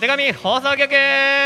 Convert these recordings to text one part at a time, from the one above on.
手紙放送局。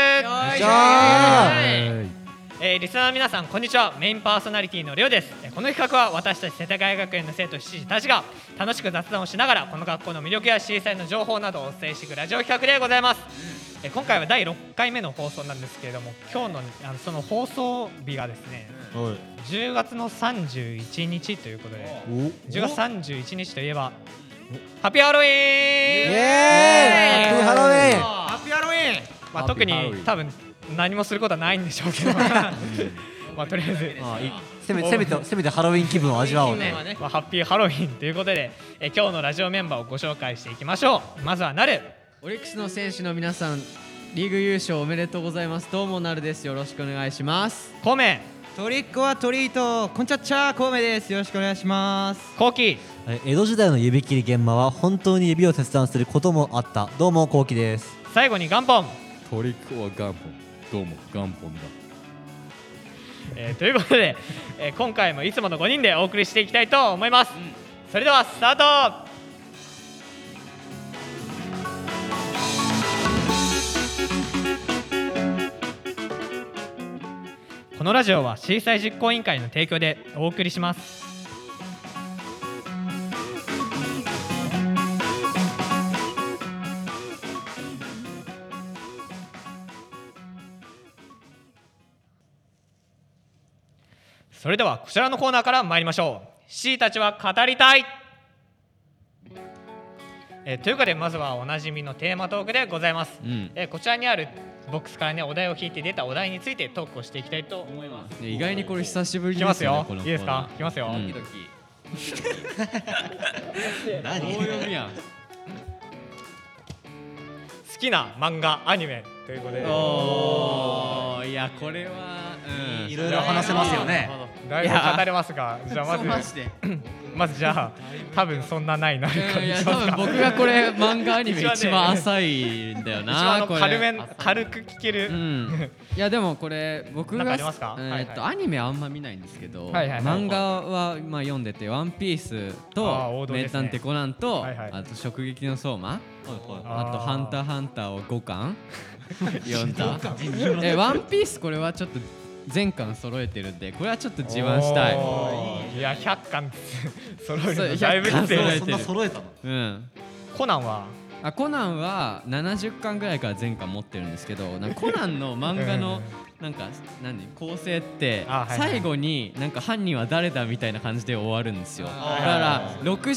リスナーの皆さんこんにちは。メインパーソナリティのりょうです。この企画は私たち世田谷学園の生徒7時たちが楽しく雑談をしながらこの学校の魅力や震災の情報などをお伝えしていくラジオ企画でございます。今回は第6回目の放送なんですけれども、今日の、その放送日がですね、10月の31日ということで、10月31日といえばハッピーハロウィーン。 イエーイ、ハッピーハロウィーン、 ハッピーハロウィーン。まあ、特に多分何もすることはないんでしょうけどまあとりあえずせめてハロウィン気分を味わおうね。 まあ、ハッピーハロウィンということで、今日のラジオメンバーをご紹介していきましょう。まずはなる。 オリックスの選手の皆さん、リーグ優勝おめでとうございます。どうもなるです。よろしくお願いします。 コメ。 トリックはトリート、こんちゃっちゃー、コウメです。よろしくお願いします。 コウキ。 江戸時代の指切り現場は本当に指を切断することもあった。どうもコウキです。 最後にガンポン。 トリックはガンポン、どうもガンポンだ。 ということで、今回もいつもの5人でお送りしていきたいと思います。それではスタート。このラジオは震災実行委員会の提供でお送りします。それではこちらのコーナーから参りましょう。 C たちは語りたい。ということでまずはおなじみのテーマトークでございます。こちらにあるボックスからね、お題を引いて出たお題についてトークをしていきたいと思います。 意外にこれ久しぶりいきますよ。 いいですか。いきますよ。 ドキドキ何？ 大読みやん。 好きな漫画アニメということで、 おー、いやこれはいろいろ話せますよね。 だいぶ語れますが、じゃあまずじゃあ多分そんなないなるか。 いや多分僕がこれ漫画アニメ一番浅いんだよな。 一番軽く聞ける。 いやでもこれ僕がなんかありますか？ アニメあんま見ないんですけど、 はいはいはい漫画はまあ読んでて、ワンピースと名探偵コナンと、あと直撃の相馬、あとハンターハンターを5巻読んだ。ワンピースこれはちょっと全巻揃えてるんで、これはちょっと自慢したい。 いや100巻揃えるそうのだいぶ 100巻揃えてる。 そんな揃えたの？ コナンはコナンは70巻ぐらいから全巻持ってるんですけど、なんかコナンの漫画のなんか構成って最後になんか犯人は誰だみたいな感じで終わるんですよ。だから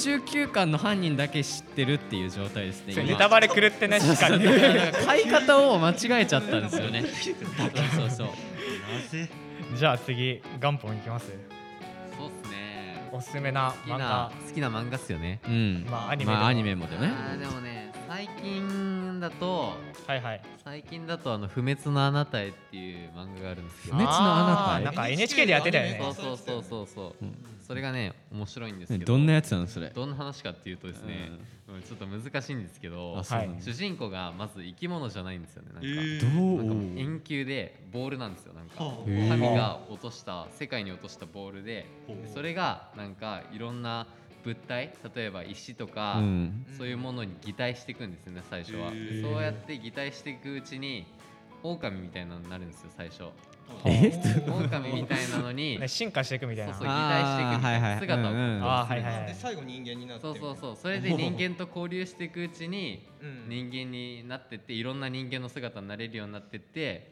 69巻の犯人だけ知ってるっていう状態ですね。 ネタバレ狂ってね。確かに買い方を間違えちゃったんですよね。そうじゃあ次ガンポンいきます。 そうっすね。 おすすめな漫画。 好きな漫画っすよね。 まあアニメもでね。 でもね、最近だと不滅のあなたへっていう漫画があるんですけど。 不滅のあなたへ。 なんか NHK でやってたよね。 そう。それがね面白いんですけど。 どんなやつなのそれ？ どんな話かっていうとですね、ちょっと難しいんですけど、主人公がまず生き物じゃないんですよね。なんか円球でボールなんですよ。なんか神が落とした世界に落としたボールで、それがなんかいろんな物体、例えば石とか、そういうものに擬態していくんですよね最初は。そうやって擬態していくうちに狼みたいなのになるんですよ最初。狼みたいなのに進化していくみたいな。 そう擬態していくみたいな姿を。 で最後人間になって。 そう。それで人間と交流していくうちに人間になってって、いろんな人間の姿になれるようになってって、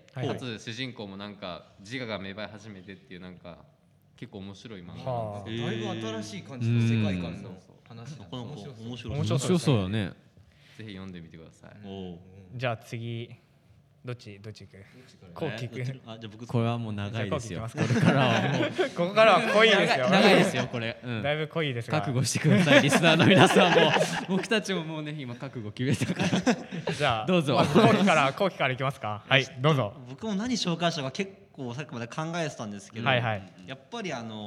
かつ主人公もなんか自我が芽生え始めてっていう、なんか結構面白い漫画なんですよ。 だいぶ新しい感じの世界観の話。 面白そうだね。 ぜひ読んでみてください。 じゃあ次どっち行く？こう聞く。 これはもう長いですよ。 ここからは濃いですよ。 長いですよこれ。 だいぶ濃いですが。 覚悟してくださいリスナーの皆さんも。僕たちももうね今覚悟決めたから。 じゃあどうぞ。 後期からいきますか。はいどうぞ。 僕も何紹介したか結構さっきまで考えてたんですけど、やっぱり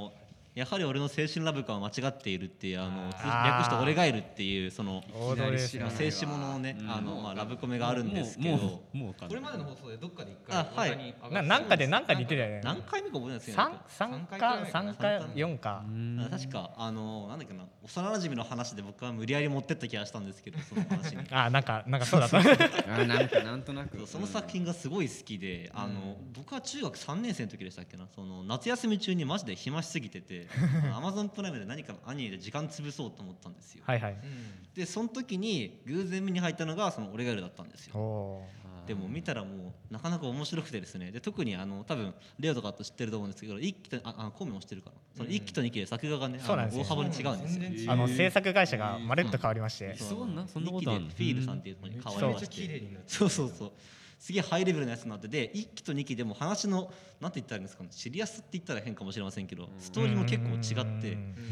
やはり俺の青春ラブ感は間違っているっていう略して俺がいるっていうその青春ものをねラブコメがあるんですけど、これまでの放送でどっかで1回はいなんかで言ってたよね。 何回目か覚えないですけど 3か4か確かなんだっけな、幼馴染の話で僕は無理やり持ってった気がしたんですけど、その話になんかそうだったなんとなくその作品がすごい好きで、僕は中学3年生の時でしたっけな、その夏休み中にマジで暇しすぎててAmazon プライムで何かのアニメで時間潰そうと思ったんですよ。でその時に偶然目に入ったのがその俺がいるだったんですよ。でも見たらもうなかなか面白くてですね、で特に多分レオとかと知ってると思うんですけど、1期とコメも知ってるかな、その1期と2期で作画がね大幅に違うんですよ。 制作会社がまるっと変わりまして、 そんなことあるの。 2期でフィールさんっていうところに変わりまして、そうすげえハイレベルなやつになってて、1期と2期でも話のなんて言ったらいいんですかね、シリアスって言ったら変かもしれませんけどストーリーも結構違って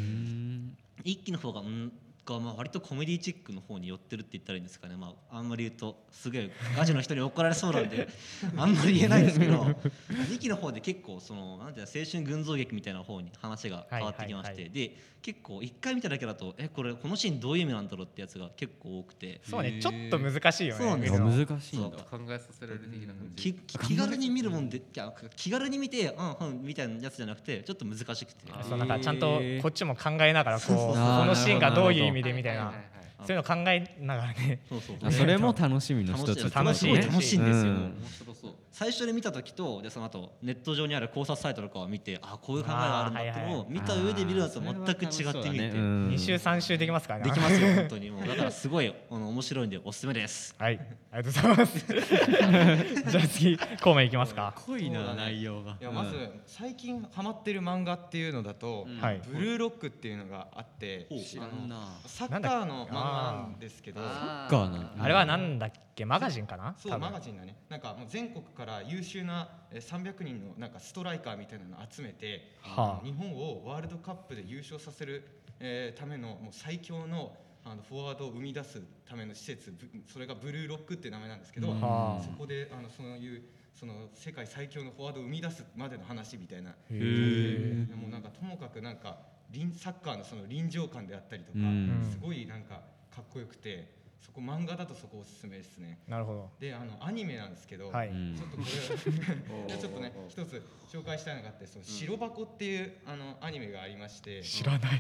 、1期の方が割とコメディチックの方に寄ってるって言ったらいいんですかね。あんまり言うとすごいガチの人に怒られそうなんであんまり言えないですけど2期の方で結構そのなんていう青春群像劇みたいな方に話が変わってきまして、で結構1回見ただけだとこのシーンどういう意味なんだろうってやつが結構多くて、 そうね、ちょっと難しいよね。 そうなんですよ、 難しいんだ。 考えさせられる的な感じ。 気軽に見るもんで、気軽に見てみたいなやつじゃなくてちょっと難しくて、 そうなんかちゃんとこっちも考えながらこのシーンがどういう意味でみたいな、そういうの考えながらね。 それも楽しみの一つ。 楽しいんですよ。最初に見た時とでその後ネット上にある考察サイトとかを見て、こういう考えがあるんだってのを見た上で見るのと全く違って見て、 2週3週できますからね。 できますよ本当に。もうだからすごい面白いんでおすすめです。 はい、ありがとうございますじゃあ次コーメンいきますか。 濃いな内容が。 いやまず最近ハマってる漫画っていうのだとブルーロックっていうのがあって、サッカーの漫画なんですけど、 あれはなんだっけ、マガジンかな。 そうマガジンだね。なんかもう全国から優秀な300人のなんかストライカーみたいなのを集めて、日本をワールドカップで優勝させるためのもう最強のフォワードを生み出すための施設、それがブルーロックっていう名前なんですけど、そこでその世界最強のフォワードを生み出すまでの話みたいな。もうなんかともかくなんかサッカーのその臨場感であったりとか、すごいなんかかっこよくて、そこ漫画だとそこおすすめですね。 なるほど。 でアニメなんですけど、ちょっとこれちょっとね一つ紹介したいのがあって、その白箱っていうアニメがありまして。 知らない。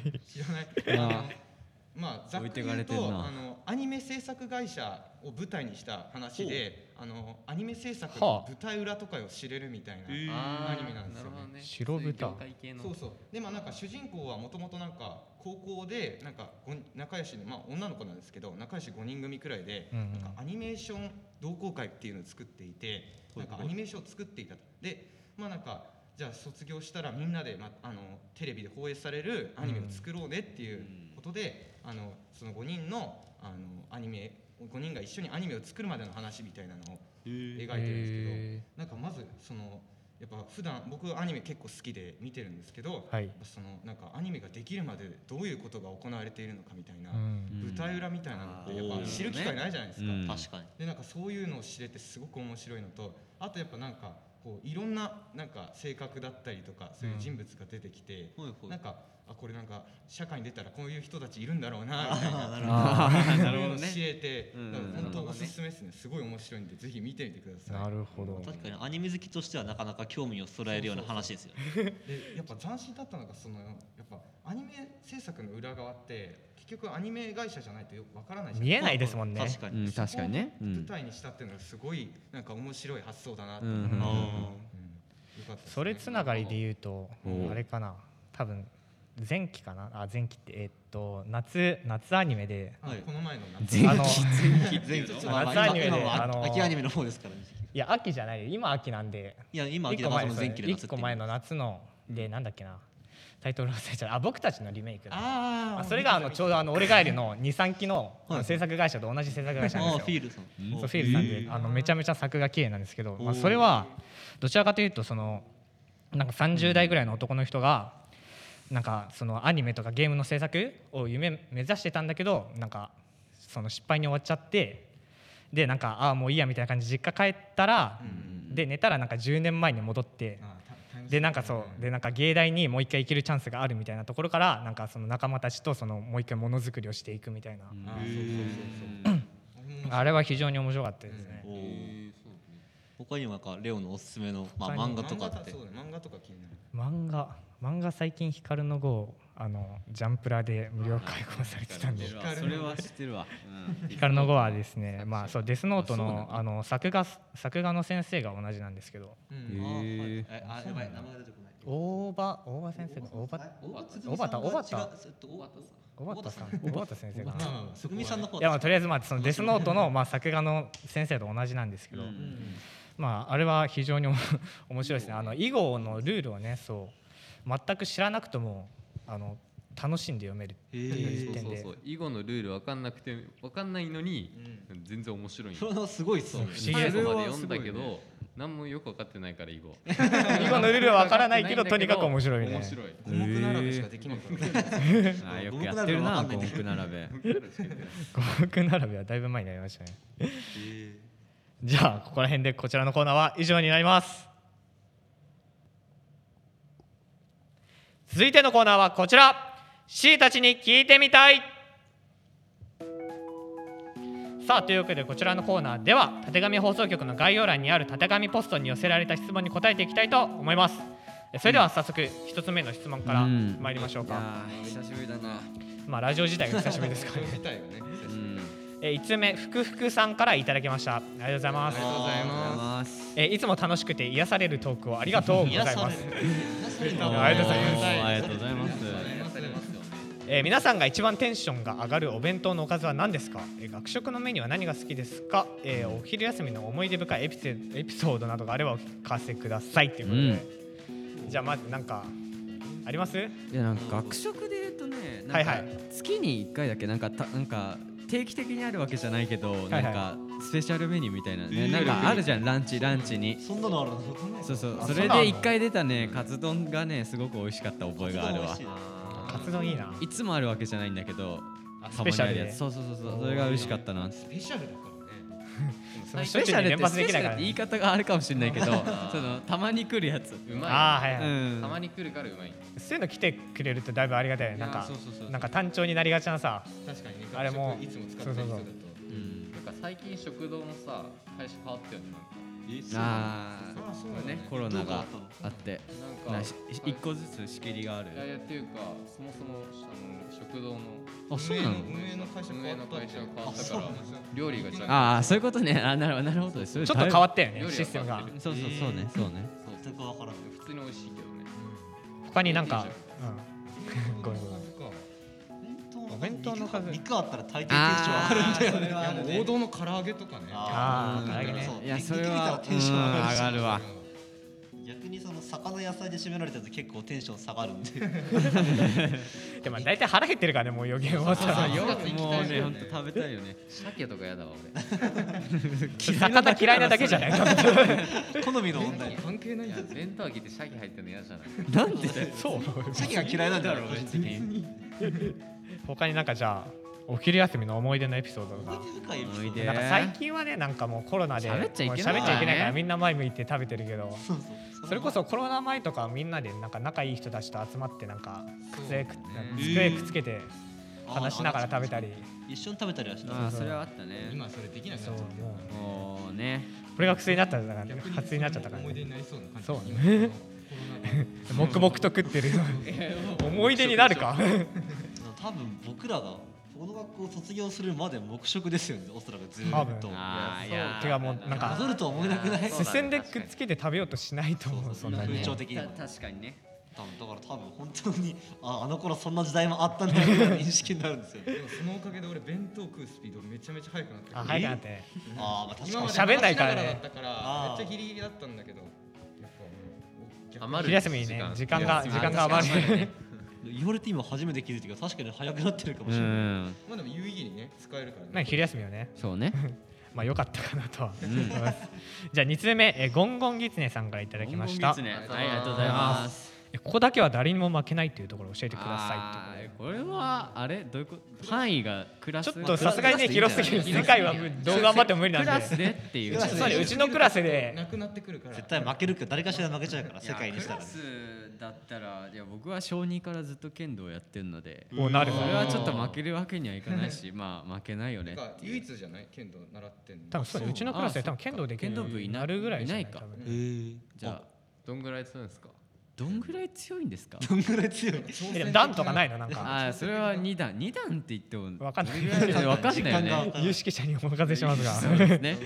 ざっくり言うとアニメ制作会社を舞台にした話で、アニメ制作の舞台裏とかを知れるみたいなアニメなんですよね。 白豚。 そうでなんか主人公はもともとなんか高校でなんか仲良しの女の子なんですけど、仲良し5人組くらいでなんかアニメーション同好会っていうのを作っていて、なんかアニメーションを作っていた。でなんかじゃあ卒業したらみんなでテレビで放映されるアニメを作ろうねっていうことで、その5人の5人が一緒にアニメを作るまでの話みたいなのを描いてるんですけど、なんかまずやっぱ普段僕アニメ結構好きで見てるんですけど、なんかアニメができるまでどういうことが行われているのかみたいな、舞台裏みたいなのってやっぱ知る機会ないじゃないですか。 確かに。 でなんかそういうのを知れてすごく面白いのと、あとやっぱなんかこういろんななんか性格だったりとかそういう人物が出てきて、なんかこれなんか社会に出たらこういう人たちいるんだろうなみたいな、なるほどね、知れて本当おすすめですね。すごい面白いんでぜひ見てみてください。 なるほど。 確かにアニメ好きとしてはなかなか興味をそらえるような話ですよね。でやっぱ斬新だったのがやっぱアニメ制作の裏側って結局アニメ会社じゃないとよくわからないじゃないですか。 見えないですもんね。 確かにね。 舞台にしたっていうのがすごいなんか面白い発想だなと思って。 それつながりで言うとあれかな、多分前期かな、前期って夏アニメで、 この前の夏アニメで秋アニメの方ですからね。 いや秋じゃないよ、今秋なんで。 いや今秋だから前期で 1個前の夏のでなんだっけな、タイトル忘れちゃう。僕たちのリメイク。それがちょうど俺がいるの2、3期の制作会社と同じ制作会社なんですよ。 フィールさん。 フィールさんでめちゃめちゃ作画綺麗なんですけど、それはどちらかというとなんか30代ぐらいの男の人がなんかアニメとかゲームの制作を目指してたんだけど、なんか失敗に終わっちゃって、でなんかもういいやみたいな感じで実家帰ったら、で寝たらなんか10年前に戻って、 でなんかそうでなんか芸大にもう一回行けるチャンスがあるみたいなところからなんかその仲間たちとそのもう一回ものづくりをしていくみたいな、あれは非常に面白かったですね。 他にもなんかレオのおすすめの、漫画とかって。 漫画とか気になる。 漫画最近光の碁ジャンプラで無料開放されてたんで、 それは知ってるわ。 光の碁はですね、そうデスノートの作画の先生が同じなんですけど、 やばい名前出てこない。 大場先生の大畑先生かな。いやとりあえずそのデスノートの作画の先生と同じなんですけど、あれは非常に面白いですね。囲碁のルールをね全く知らなくとも楽しんで読めるっていう点で、 囲碁のルール分かんないのに全然面白い。 それはすごいっすね。 最後まで読んだけど何もよく分かってないから囲碁のルールは分からないけどとにかく面白いね。 面白い。五目並べしかできないから。 よくやってるな五目並べ。 五目並べはだいぶ前になりましたね。じゃあここら辺でこちらのコーナーは以上になります。続いてのコーナーはこちら、Cたちに聞いてみたい。さあというわけでこちらのコーナーではたてがみ放送局の概要欄にあるたてがみポストに寄せられた質問に答えていきたいと思います。それでは早速一つ目の質問から参りましょうか。 久しぶりだな。 ラジオ自体が久しぶりですからね。5つ目、ふくふくさんからいただきました。ありがとうございます。いつも楽しくて癒されるトークをありがとうございます。ありがとうございます。皆さんが一番テンションが上がるお弁当のおかずは何ですか？学食のメニューは何が好きですか？お昼休みの思い出深いエピソードなどがあればお聞かせくださいっていうことで、じゃあまず何かあります？いやなんか学食で言うとね、なんか月に1回だけなんか定期的にあるわけじゃないけど、なんかスペシャルメニューみたいなね、なんかあるじゃん、ランチに。 そんなのあるの？ そうそれで1回出たねカツ丼がねすごく美味しかった覚えがあるわ。 カツ丼いいな。 いつもあるわけじゃないんだけど、 スペシャルで。 そうそれが美味しかったな。 スペシャルだからね。スペシャルって言い方があるかもしれないけど、たまに来るやつ。 うまい。たまに来るからうまい。 そういうの来てくれるとだいぶありがたい。なんか単調になりがちなさ。 確かにね。 あれもいつも使ってる人だと。なんか最近食堂のさ会社変わったよね。 そうね、コロナがあってなんか一個ずつ仕切りがある。 いやっていうかそもそも食堂のそうなの？ 運営の会社が変わったから料理がちゃんとそういうことね。なるほど。 ちょっと変わったよねシステムが。 そうね。 全くわからない。 普通に美味しいけどね。 他になんかごめん。お弁当の数肉あったら大抵テンション上がるんだよね。 王道の唐揚げとかね。 唐揚げね。 いやそれはテンション上がるわ。 逆にその魚野菜で締められたやつ結構テンション下がるんで。 でも大体腹減ってるからね、もう予言終わったら。 もうね本当食べたいよね。 鮭とかやだわ俺。 魚嫌いなだけじゃない。 好みの問題。 関係ないんだよ。 弁当開けて鮭入ってるの嫌じゃない。 なんで？ そう。 鮭が嫌いなんだろう別に。 他になんかじゃあお昼休みの思い出のエピソードとか。なんか最近はねなんかもうコロナで喋っちゃいけないからみんな前向いて食べてるけど、それこそコロナ前とかみんなでなんか仲いい人たちと集まってなんか机くっつけて話しながら食べたり一緒に食べたりはした。 それはあったね。 今それできなくなっちゃったもうね。 これが薬になったから初になっちゃったから思い出になりそうな感じ。 そうね。黙々と食ってる思い出になるか。 多分僕らがこの学校を卒業するまで黙食ですよね。おそらくずっと。 てかもうなんか戻ると思えなくない？ 視線でくっつけて食べようとしないと思う。そんな風潮的に。 確かにね。 だから多分本当にあの頃そんな時代もあったんだような認識になるんですよ。 でもそのおかげで俺弁当食うスピードめちゃめちゃ速くなって。 速くなって。 確かに喋んないからね。 だったからめっちゃギリギリだったんだけど。 昼休みにね時間が余る。 言われて今初めて気づいたけど確かに早くなってるかもしれない。 まあでも有意義にね使えるからね。 昼休みをね。 そうね。 まあ良かったかなとは思います。じゃあ2通目ゴンゴンギツネさんからいただきました。 ありがとうございます。 ここだけは誰にも負けないというところを教えてくださいって。 これはあれどういうこと範囲がクラスちょっとさすがにね広すぎる世界はどう頑張っても無理なんでクラスでっていううちのクラスでなくなってくるから絶対負けるか誰かしら負けちゃうから世界にしたら、ね、 クラスだったらいや僕は小2からずっと剣道をやってるのでなるほどそれはちょっと負けるわけにはいかないしまあ負けないよね唯一じゃない剣道習ってんの。 多分そううちのクラスで多分剣道できる剣道部いなるぐらいじゃないいないか多分じゃあどんぐらい強いんですか？ どんぐらい強いんですか？ どんぐらい強いでも段とかないのなんかあそれは2段って言ってもわかんないわかんないよね有識者にお任せしますがそうですね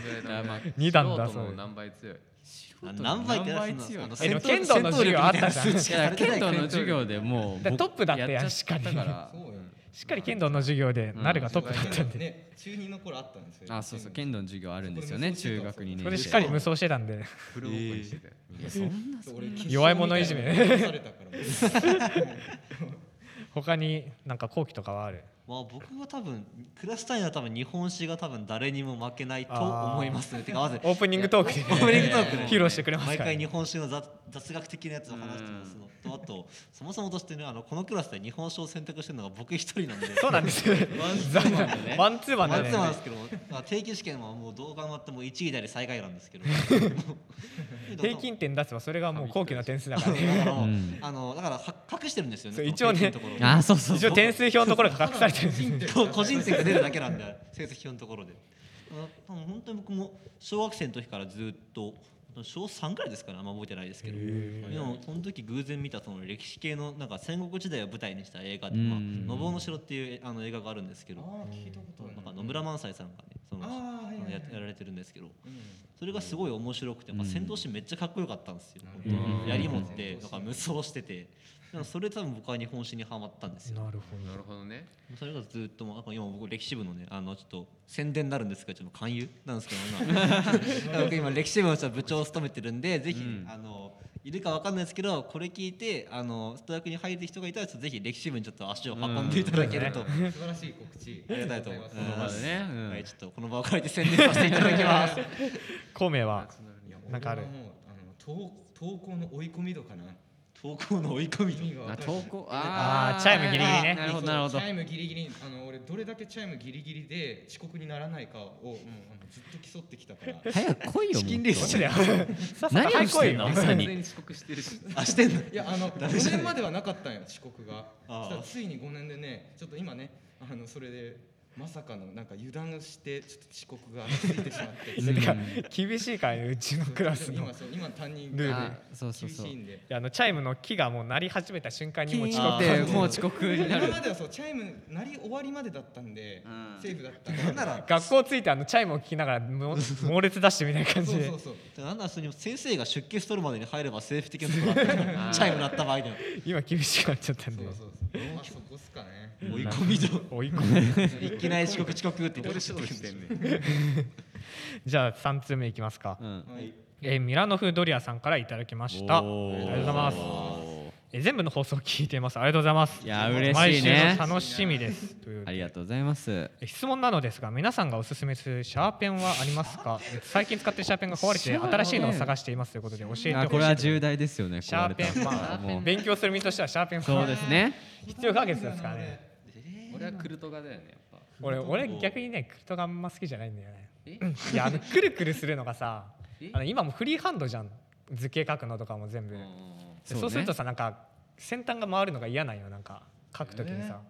2段だそう素人の何倍強い？ 何倍って強いでも剣道の授業あったじゃんいや剣道の授業でもうトップだってやしっかりからしっかり剣道の授業でなるがトップだったんで、 ね、中2の頃あったんですよ。 そう剣道の授業あるんですよね中学2年生それでしっかり無双してたんでプロープにしててそんな弱い者いじめされたから他になんか後期とかはある？ まあ僕は多分クラス単位は多分日本史が多分誰にも負けないと思いますね。てかまずオープニングトークでねオープニングトークで披露してくれますから毎回日本史の雑学的なやつを話してますのとあとそもそもとしてねこのクラスで日本史を選択してるのが僕一人なんでそうなんですよワンツーマンマンでツーマンですけど定期試験はもうどう頑張っても1位であり最下位なんですけど平均点出せばそれがもう後期の点数だからねだからもうだから隠してるんですよね。 一応ねそう一応点数表のところが隠されてるんです個人点が出るだけなんで成績表のところで本当に僕も小学生の時からずっと小3くらいですかねあんま覚えてないですけどでもその時偶然見たその歴史系のなんか戦国時代を舞台にした映画で「信夫の城」っていう映画があるんですけどなんか野村萬斎さんがねやられてるんですけどそれがすごい面白くて戦闘シーンめっちゃかっこよかったんですよ。槍持ってなんか無双しててそれ多分僕は日本史にハマったんですよ。 なるほどね。 それがずっとなんか今僕歴史部のねちょっと宣伝になるんですけどちょっと勧誘なんですけど今歴史部の部長を務めてるんでぜひいるかわかんないですけどこれ聞いてストライクに入る人がいたらぜひ歴史部にちょっと足を運んでいただけると素晴らしい告知ありがたいと思いますねはいちょっとこの場を借りて宣伝させていただきます孔明はなんかある？ 投稿の追い込み度かな。 投稿の追い込み度投稿チャイムギリギリね。 なるほどなるほど。 チャイムギリギリ俺どれだけチャイムギリギリで遅刻にならないかをずっと競ってきたから早く来いよチキンレース何をしてんの完全に遅刻してるししてんのいや5年まではなかったんよ遅刻がそしたらついに5年でねちょっと今ねそれでまさかのなんか油断してちょっと遅刻がついてしまって厳しいからねうちのクラスの今担任ルール厳しいんでチャイムの木がもう鳴り始めた瞬間にもう遅刻でもう遅刻になる今まではそうチャイム鳴り終わりまでだったんでセーフだったんなら学校着いてチャイムを聞きながら猛烈ダッシュみたいな感じでなんだそれに先生が出家しとるまでに入ればセーフ的なところあったチャイム鳴った場合でも今厳しくなっちゃったんでそこっすかね追い込み度追い込みいきなり遅刻って言ってしてんね。 じゃあ3通目いきますか、ミラノ風ドリアさんからいただきました。ありがとうございます。全部の放送を聞いています。ありがとうございます。 いや嬉しいね。 毎週の楽しみです。 ありがとうございます。 質問なのですが、皆さんがおすすめするシャーペンはありますか？最近使ってるシャーペンが壊れて新しいのを探していますということで教えてほしい。 これは重大ですよね。 シャーペン勉強する身としてはシャーペンそうですね。 必要不可欠ですからね。 俺はクルトガだよねやっぱ。 俺逆にねクルトガあんま好きじゃないんだよね。いやくるくるするのがさ今もフリーハンドじゃん図形書くのとかも全部そうするとさなんか先端が回るのが嫌なんよなんか書くときにさ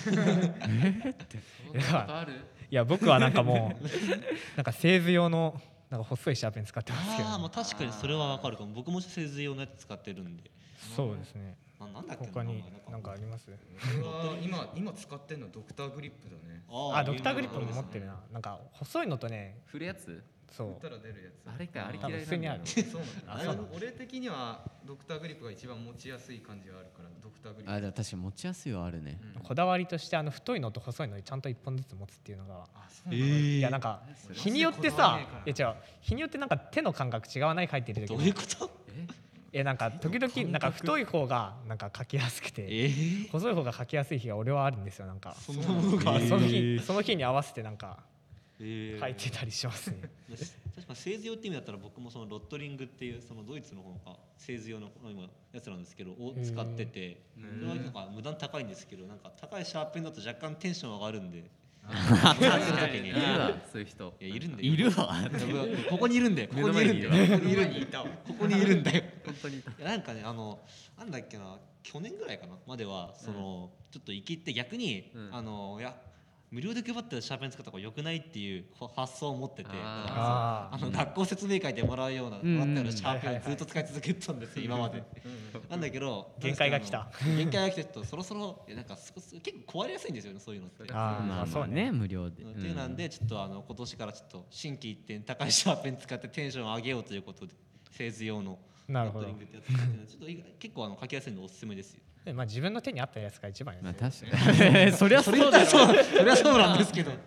いや僕はなんかもうなんか製図用のなんか細いシャーペン使ってますけどもう確かにそれはわかるかも僕も製図用のやつ使ってるんでそうですねなんだっけ他に何かあります？ 今使ってるのはドクターグリップだね。 ドクターグリップも持ってるな。なんか細いのとね振るやつ？ そう。 振ったら出るやつ。 あれかあれ嫌いなんだ。 普通にある。 そうなんだ。俺的にはドクターグリップが一番持ちやすい感じがあるからドクターグリップ。 じゃあ確かに持ちやすいはあるね。 こだわりとして太いのと細いのにちゃんと一本ずつ持つっていうのが。 いやなんか日によってさ違う日によってなんか手の感覚違わない書いてる時。 どういうこと？ なんか時々なんか太い方がなんか書きやすくて細い方が書きやすい日が俺はあるんですよなんかその日に合わせてなんか書いてたりしますね。 製図用って意味だったら僕もそのロットリングっていうそのドイツの方が製図用のやつなんですけどを使ってて、それはなんか無駄に高いんですけど、なんか高いシャーペンだと若干テンション上がるんで使ってる時にいるわそういう人。 いるんでいるわここにいるんだよ、ここにいるんだよ、ここにいるんだよ、ここにいるんだよ。 本当にいた。 なんかね、なんだっけな、去年ぐらいかなまではその、ちょっと生きって逆に、いや無料で配ってるシャーペン使った方が良くないっていう発想を持ってて、学校説明会でもらうようなもらったようなシャーペンをずっと使い続けてたんですよ今まで。なんだけど限界が来た。 限界が来てとそろそろなんか結構壊れやすいんですよね、そういうのって。 まあそうね、無料で。 っていうなんでちょっと今年からちょっと心機一転高いシャーペン使ってテンションを上げようということで製図用のなるほど。 ちょっと結構書きやすいのおすすめですよ。 まあ自分の手に合ったやつが一番ですね。 まあ確かに。そりゃそうだよ。 そりゃそうなんですけど。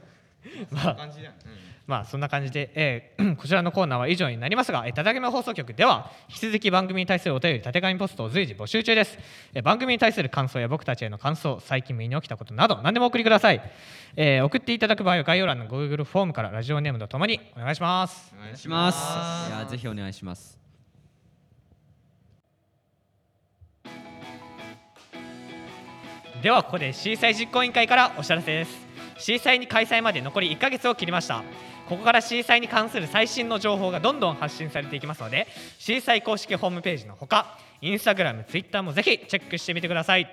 まあそんな感じで、こちらのコーナーは以上になりますが、たたけめ放送局では引き続き番組に対するお便りたてがみポストを随時募集中です。番組に対する感想や僕たちへの感想、最近身に起きたことなど何でもお送りください。送っていただく場合は概要欄の Google フォームからラジオネームとともにお願いします。 お願いします。いやぜひお願いします。 ではここでシーサイ実行委員会からお知らせです。シーサイに開催まで残り1ヶ月を切りました。ここからシーサイに関する最新の情報がどんどん発信されていきますので、シーサイ公式ホームページのほかインスタグラム、ツイッターもぜひチェックしてみてください。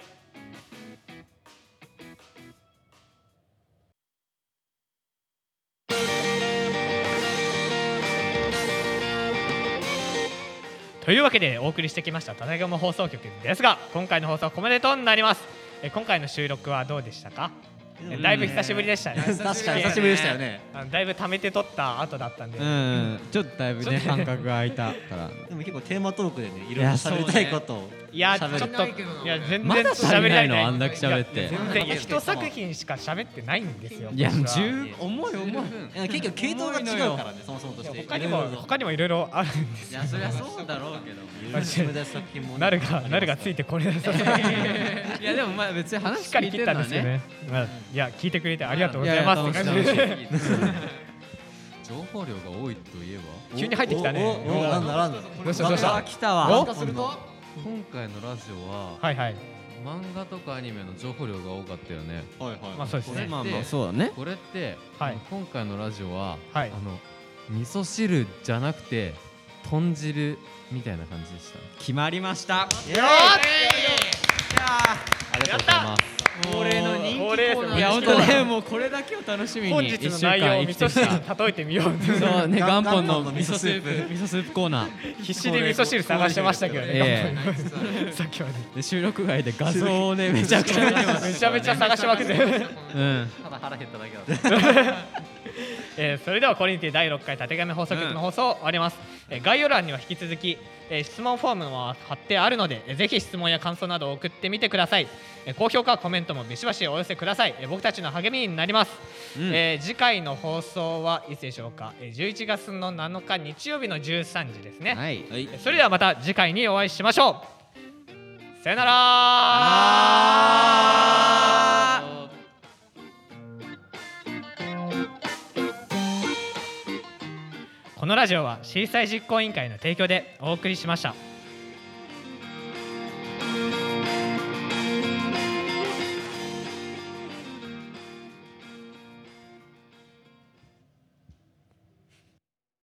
というわけでお送りしてきましたただいま放送局ですが、今回の放送はここまでとなります。今回の収録はどうでしたか？だいぶ久しぶりでしたね。 確かに久しぶりでしたよね。 だいぶ貯めて撮った後だったんで、 ちょっとだいぶね間隔が空いたから。 でも結構テーマトークでね、いろいろ喋りたいことをいやちょっと全然まだ喋りないのあんだけ喋って。 全然一作品しか喋ってないんですよ。 いや重い結局系統が違うからね、そもそもとして。 他にもいろいろあるんですよ。 いやそりゃそうだろうけど。 なるがついてこれなさそう。 いやでもまあ別に話しっかり切ったんですよね。いや聞いてくれてありがとうございます。 情報量が多いといえば急に入ってきたね。 なんだどうした来たわ。 今回のラジオは漫画とかアニメの情報量が多かったよね。 まあそうですね。 まあそうだね。 これって今回のラジオは味噌汁じゃなくて豚汁みたいな感じでした。 決まりました。 ありがとうございます。 恒例の人気コーナー。いや本当ね、もうこれだけを楽しみに本日の内容を味噌汁に例えてみよう。 そうね、元本の味噌スープコーナー。 必死で味噌汁探してましたけどね。さっきまで。 収録外で画像をねめちゃくちゃ見てます。 めちゃめちゃ探しまくって。 ただ腹減っただけだった。 それではこれにて第6回たてがみ放送局の放送を終わります。概要欄には引き続き質問フォームも貼ってあるので、ぜひ質問や感想などを送ってみてください。高評価コメントもビシバシお寄せください。僕たちの励みになります。次回の放送はいつでしょうか。11月の7日日曜日の13時ですね。それではまた次回にお会いしましょう。さよなら。このラジオはシーサイ実行委員会の提供でお送りしました。